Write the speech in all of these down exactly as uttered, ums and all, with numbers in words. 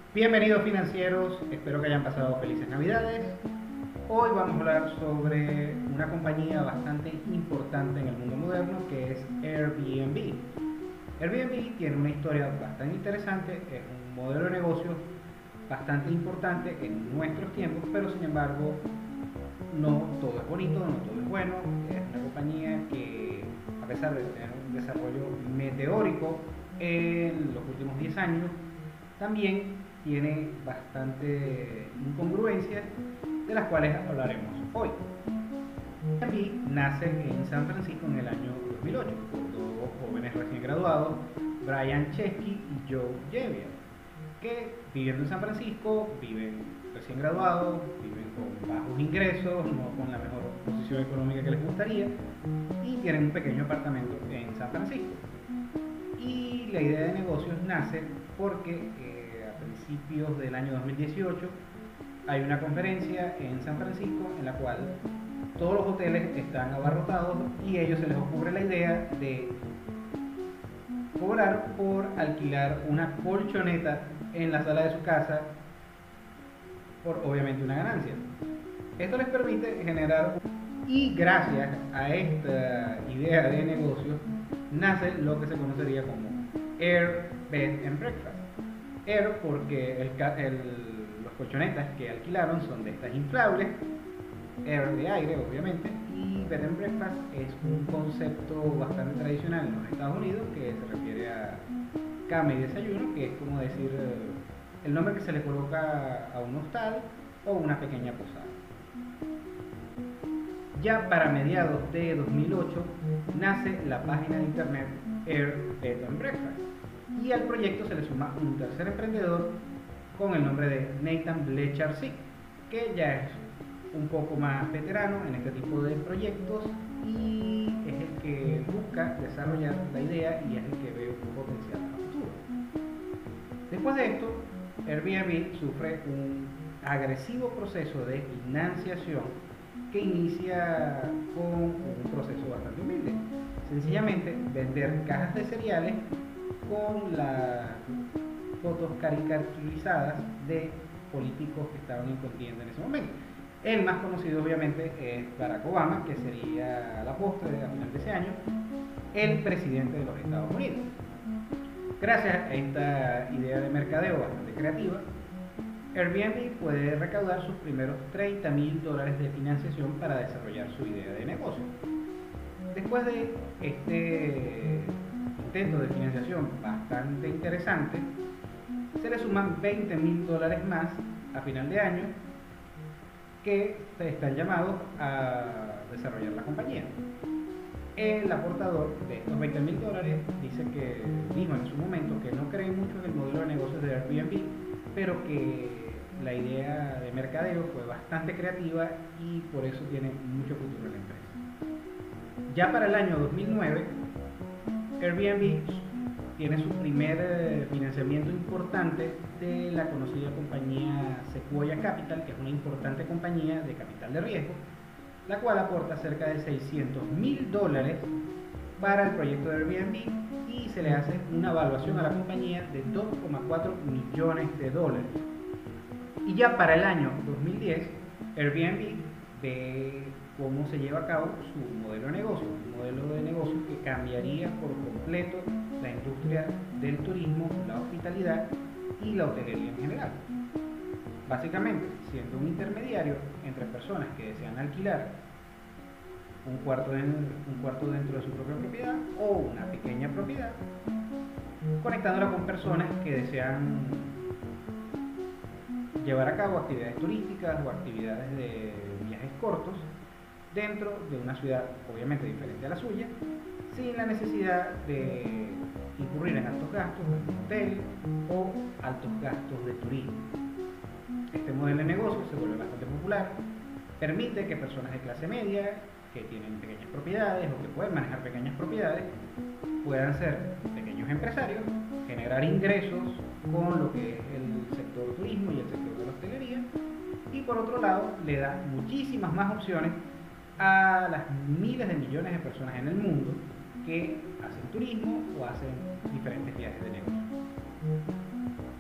Bienvenidos financieros, espero que hayan pasado felices navidades. Hoy vamos a hablar sobre una compañía bastante importante en el mundo moderno que es Airbnb. Airbnb tiene una historia bastante interesante, es un modelo de negocio bastante importante en nuestros tiempos, pero sin embargo no todo es bonito, no todo es bueno. Es una compañía que, a pesar de tener un desarrollo meteórico en los últimos diez años, también tiene bastante incongruencias de las cuales hablaremos hoy. Airbnb nace en San Francisco en el año dos mil ocho por dos jóvenes recién graduados, Brian Chesky y Joe Gebbia, que viviendo en San Francisco, viven recién graduados, viven con bajos ingresos, no con la mejor posición económica que les gustaría, y tienen un pequeño apartamento en San Francisco. Y la idea de negocios nace porque eh, a principios del año dos mil dieciocho hay una conferencia en San Francisco en la cual todos los hoteles están abarrotados y a ellos se les ocurre la idea de cobrar por alquilar una colchoneta en la sala de su casa por obviamente una ganancia. Esto les permite generar, y gracias a esta idea de negocio nace lo que se conocería como Air, Bed and Breakfast. Air porque el, el, los colchonetas que alquilaron son de estas inflables, Air de aire obviamente, y Bed and Breakfast es un concepto bastante tradicional en los Estados Unidos que se refiere a cama y desayuno, que es como decir el nombre que se le coloca a un hostal o una pequeña posada. Ya para mediados de dos mil ocho nace la página de internet Air Bed and Breakfast y al proyecto se le suma un tercer emprendedor con el nombre de Nathan Blecharczyk, que ya es un poco más veterano en este tipo de proyectos y es el que busca desarrollar la idea y es el que ve un potencial a futuro. Después de esto, Airbnb sufre un agresivo proceso de financiación que inicia con un proceso bastante humilde. Sencillamente vender cajas de cereales con las fotos caricaturizadas de políticos que estaban en contienda en ese momento. El más conocido obviamente es Barack Obama, que sería a la postre a final de ese año el presidente de los Estados Unidos. Gracias a esta idea de mercadeo bastante creativa, Airbnb puede recaudar sus primeros treinta mil dólares de financiación para desarrollar su idea de negocio. Después de este intento de financiación bastante interesante, se le suman veinte mil dólares más a final de año que están llamados a desarrollar la compañía. El aportador de estos veinte mil dólares dice que dijo en su momento que no cree mucho en el modelo de negocios de Airbnb, pero que la idea de mercadeo fue bastante creativa y por eso tiene mucho futuro en la empresa. Ya para el año dos mil nueve, Airbnb tiene su primer financiamiento importante de la conocida compañía Sequoia Capital, que es una importante compañía de capital de riesgo, la cual aporta cerca de seiscientos mil dólares para el proyecto de Airbnb y se le hace una evaluación a la compañía de dos coma cuatro millones de dólares. Y ya para el año dos mil diez, Airbnb ve cómo se lleva a cabo su modelo de negocio, un modelo de negocio que cambiaría por completo la industria del turismo, la hospitalidad y la hotelería en general. Básicamente, siendo un intermediario entre personas que desean alquilar un cuarto, de, un cuarto dentro de su propia propiedad o una pequeña propiedad, conectándola con personas que desean llevar a cabo actividades turísticas o actividades de viajes cortos dentro de una ciudad obviamente diferente a la suya, sin la necesidad de incurrir en altos gastos en un hotel o altos gastos de turismo. Este modelo de negocio se vuelve bastante popular, permite que personas de clase media que tienen pequeñas propiedades o que pueden manejar pequeñas propiedades puedan ser pequeños empresarios, generar ingresos con lo que es el sector turismo y el sector de la hostelería, y por otro lado le da muchísimas más opciones a las miles de millones de personas en el mundo que hacen turismo o hacen diferentes viajes de negocio.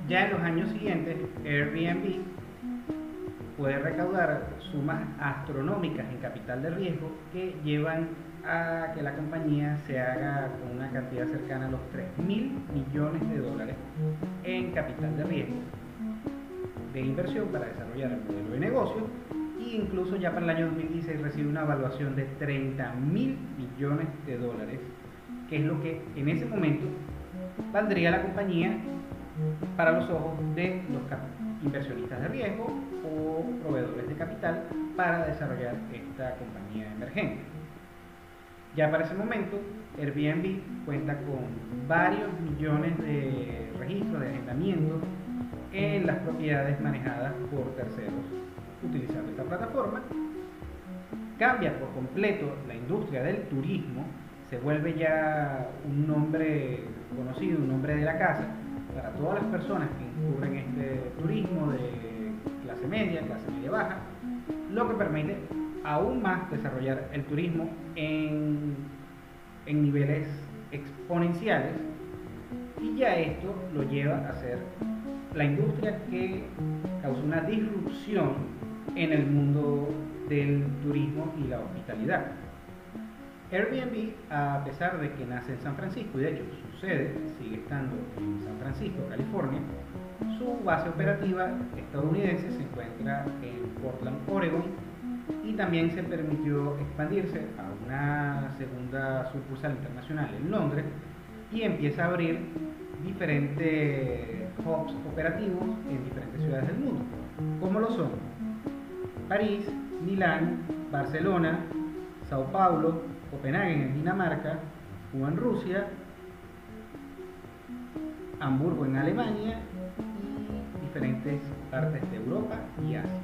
Ya en los años siguientes, Airbnb puede recaudar sumas astronómicas en capital de riesgo que llevan a que la compañía se haga con una cantidad cercana a los tres mil millones de dólares en capital de riesgo de inversión para desarrollar el modelo de negocio, e incluso ya para el año dos mil dieciséis recibe una evaluación de treinta mil millones de dólares, que es lo que en ese momento valdría la compañía para los ojos de los inversionistas de riesgo o proveedores de capital para desarrollar esta compañía emergente. Ya para ese momento, Airbnb cuenta con varios millones de registros de arrendamiento en las propiedades manejadas por terceros utilizando esta plataforma. Cambia por completo la industria del turismo, se vuelve ya un nombre conocido, un nombre de la casa para todas las personas que incurren en este turismo de clase media, clase media baja, lo que permite aún más desarrollar el turismo en, en niveles exponenciales, y ya esto lo lleva a ser la industria que causó una disrupción en el mundo del turismo y la hospitalidad. Airbnb, a pesar de que nace en San Francisco, y de hecho su sede sigue estando en San Francisco, California, su base operativa estadounidense se encuentra en Portland, Oregon, y también se permitió expandirse a una segunda sucursal internacional en Londres, y empieza a abrir diferentes hubs operativos en diferentes ciudades del mundo, como lo son París, Milán, Barcelona, Sao Paulo, Copenhague en Dinamarca, Cuba en Rusia, Hamburgo en Alemania y diferentes partes de Europa y Asia.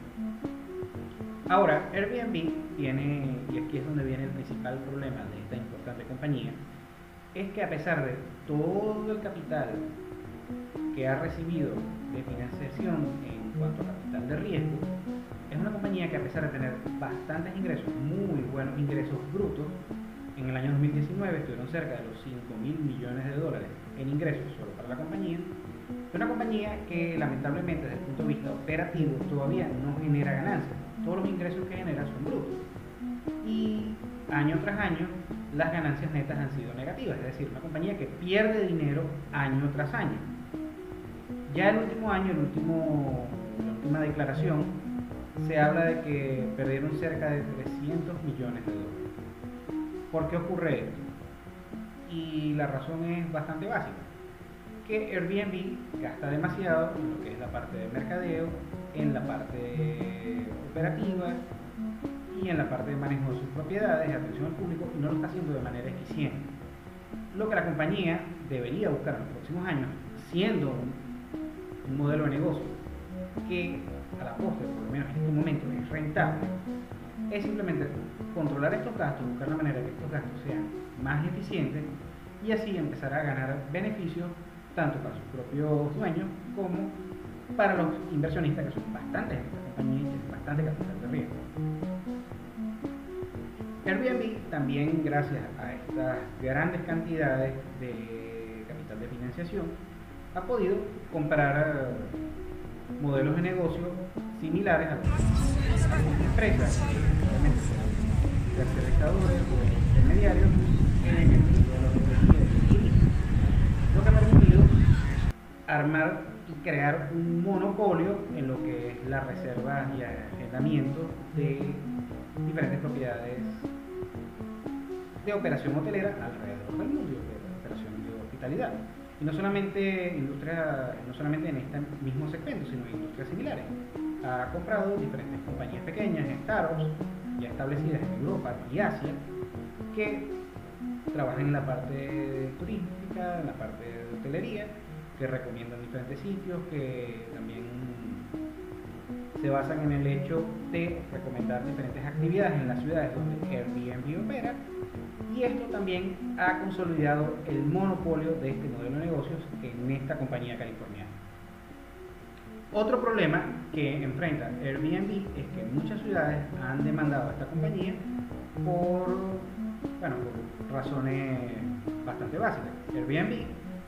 Ahora, Airbnb tiene, y aquí es donde viene el principal problema de esta importante compañía, es que a pesar de todo el capital que ha recibido de financiación en cuanto a capital de riesgo, es una compañía que, a pesar de tener bastantes ingresos, muy buenos ingresos brutos, en el año dos mil diecinueve estuvieron cerca de los cinco mil millones de dólares en ingresos solo para la compañía, es una compañía que lamentablemente desde el punto de vista operativo todavía no genera ganancias. Todos los ingresos que genera son brutos, y año tras año las ganancias netas han sido negativas, es decir, una compañía que pierde dinero año tras año. Ya el último año, el último, la última declaración, se habla de que perdieron cerca de trescientos millones de dólares. ¿Por qué ocurre esto? Y la razón es bastante básica, que Airbnb gasta demasiado en lo que es la parte de mercadeo, en la parte operativa y en la parte de manejo de sus propiedades, de atención al público, y no lo está haciendo de manera eficiente. Lo que la compañía debería buscar en los próximos años, siendo un, un modelo de negocio que a la postre, por lo menos en este momento, es rentable, es simplemente controlar estos gastos, buscar la manera de que estos gastos sean más eficientes, y así empezar a ganar beneficios tanto para sus propios dueños como para los inversionistas, que son bastantes en esta compañía y tienen bastante capital de riesgo. Airbnb también, gracias a estas grandes cantidades de capital de financiación, ha podido comprar modelos de negocio similares a los de empresas, tercerizadores o intermediarios en el mundo de los servicios, lo que ha permitido armar y crear un monopolio en lo que es la reserva y arrendamiento de diferentes propiedades de operación hotelera alrededor del mundo, de operación de hospitalidad. Y no solamente, industria, no solamente en este mismo segmento, sino en industrias similares. Ha comprado diferentes compañías pequeñas, startups, ya establecidas en Europa y Asia, que trabajan en la parte turística, en la parte de hotelería, que recomiendan diferentes sitios, que también se basan en el hecho de recomendar diferentes actividades en las ciudades donde Airbnb opera, y esto también ha consolidado el monopolio de este modelo de negocios en esta compañía californiana. Otro problema que enfrenta Airbnb es que muchas ciudades han demandado a esta compañía por, bueno, por razones bastante básicas. Airbnb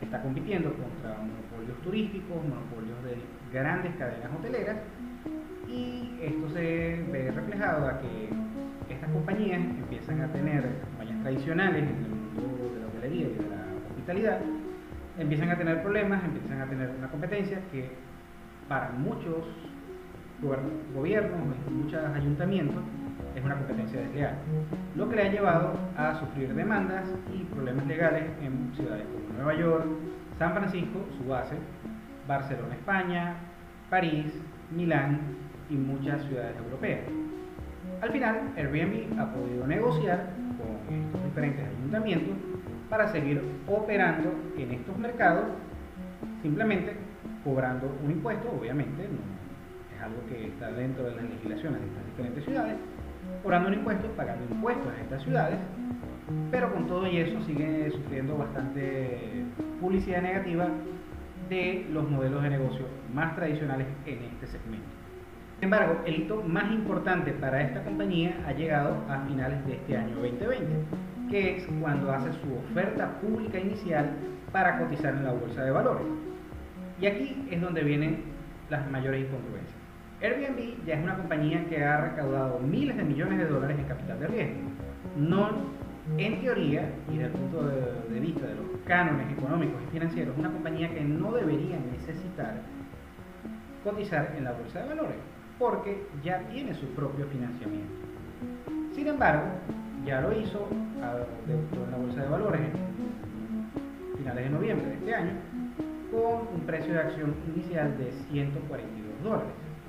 está compitiendo contra monopolios turísticos, monopolios de grandes cadenas hoteleras, y esto se ve reflejado a que estas compañías empiezan a tener, estas compañías tradicionales en el mundo de la hotelería y de la hospitalidad, empiezan a tener problemas, empiezan a tener una competencia que para muchos gobiernos, muchos ayuntamientos, es una competencia desleal, lo que le ha llevado a sufrir demandas y problemas legales en ciudades como Nueva York, San Francisco, su base, Barcelona, España, París, Milán y muchas ciudades europeas. Al final, Airbnb ha podido negociar con estos diferentes ayuntamientos para seguir operando en estos mercados, simplemente cobrando un impuesto, obviamente, no es algo que está dentro de las legislaciones de estas diferentes ciudades, cobrando un impuesto, pagando impuestos en estas ciudades, pero con todo y eso sigue sufriendo bastante publicidad negativa de los modelos de negocio más tradicionales en este segmento. Sin embargo, el hito más importante para esta compañía ha llegado a finales de este año veinte veinte, que es cuando hace su oferta pública inicial para cotizar en la bolsa de valores. Y aquí es donde vienen las mayores incongruencias. Airbnb ya es una compañía que ha recaudado miles de millones de dólares en capital de riesgo. No, en teoría, y desde el punto de, de vista de los cánones económicos y financieros, una compañía que no debería necesitar cotizar en la bolsa de valores, porque ya tiene su propio financiamiento. Sin embargo, ya lo hizo, debutó en la bolsa de valores en finales de noviembre de este año, con un precio de acción inicial de ciento cuarenta y dos dólares.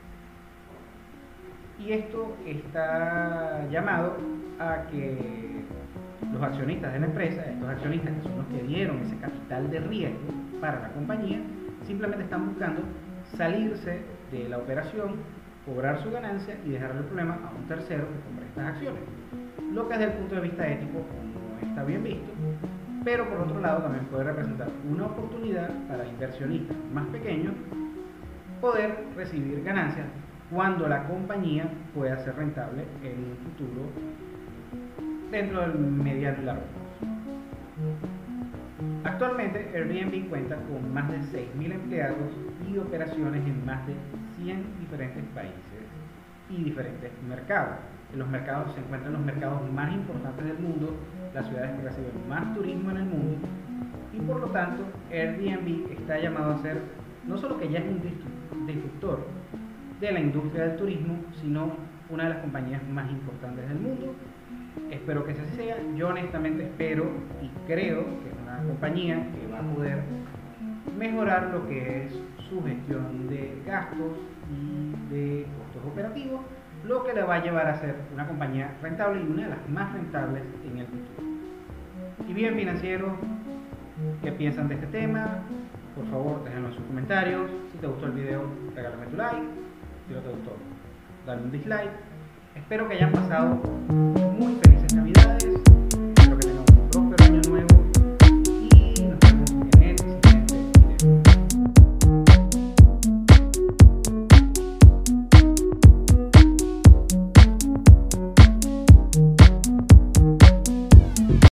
Y esto está llamado a que los accionistas de la empresa, estos accionistas que son los que dieron ese capital de riesgo para la compañía, simplemente están buscando salirse de la operación, cobrar su ganancia y dejarle el problema a un tercero que compre estas acciones, lo que desde el punto de vista ético no está bien visto, pero por otro lado también puede representar una oportunidad para inversionistas más pequeños poder recibir ganancias cuando la compañía pueda ser rentable en un futuro dentro del mediano y largo plazo. Actualmente Airbnb cuenta con más de seis mil empleados y operaciones en más de cien diferentes países y diferentes mercados. En los mercados se encuentran los mercados más importantes del mundo, las ciudades que reciben más turismo en el mundo, y por lo tanto Airbnb está llamado a ser no solo que ya es un disruptor de la industria del turismo, sino una de las compañías más importantes del mundo. Espero que así sea. Yo honestamente espero y creo que es una compañía que va a poder mejorar lo que es su gestión de gastos y de costos operativos, lo que le va a llevar a ser una compañía rentable y una de las más rentables en el futuro. Y bien, financieros, ¿qué piensan de este tema? Por favor, déjenlo en sus comentarios. Si te gustó el video, regálame tu like. Si no te gustó, dale un dislike. Espero que hayan pasado muy feliz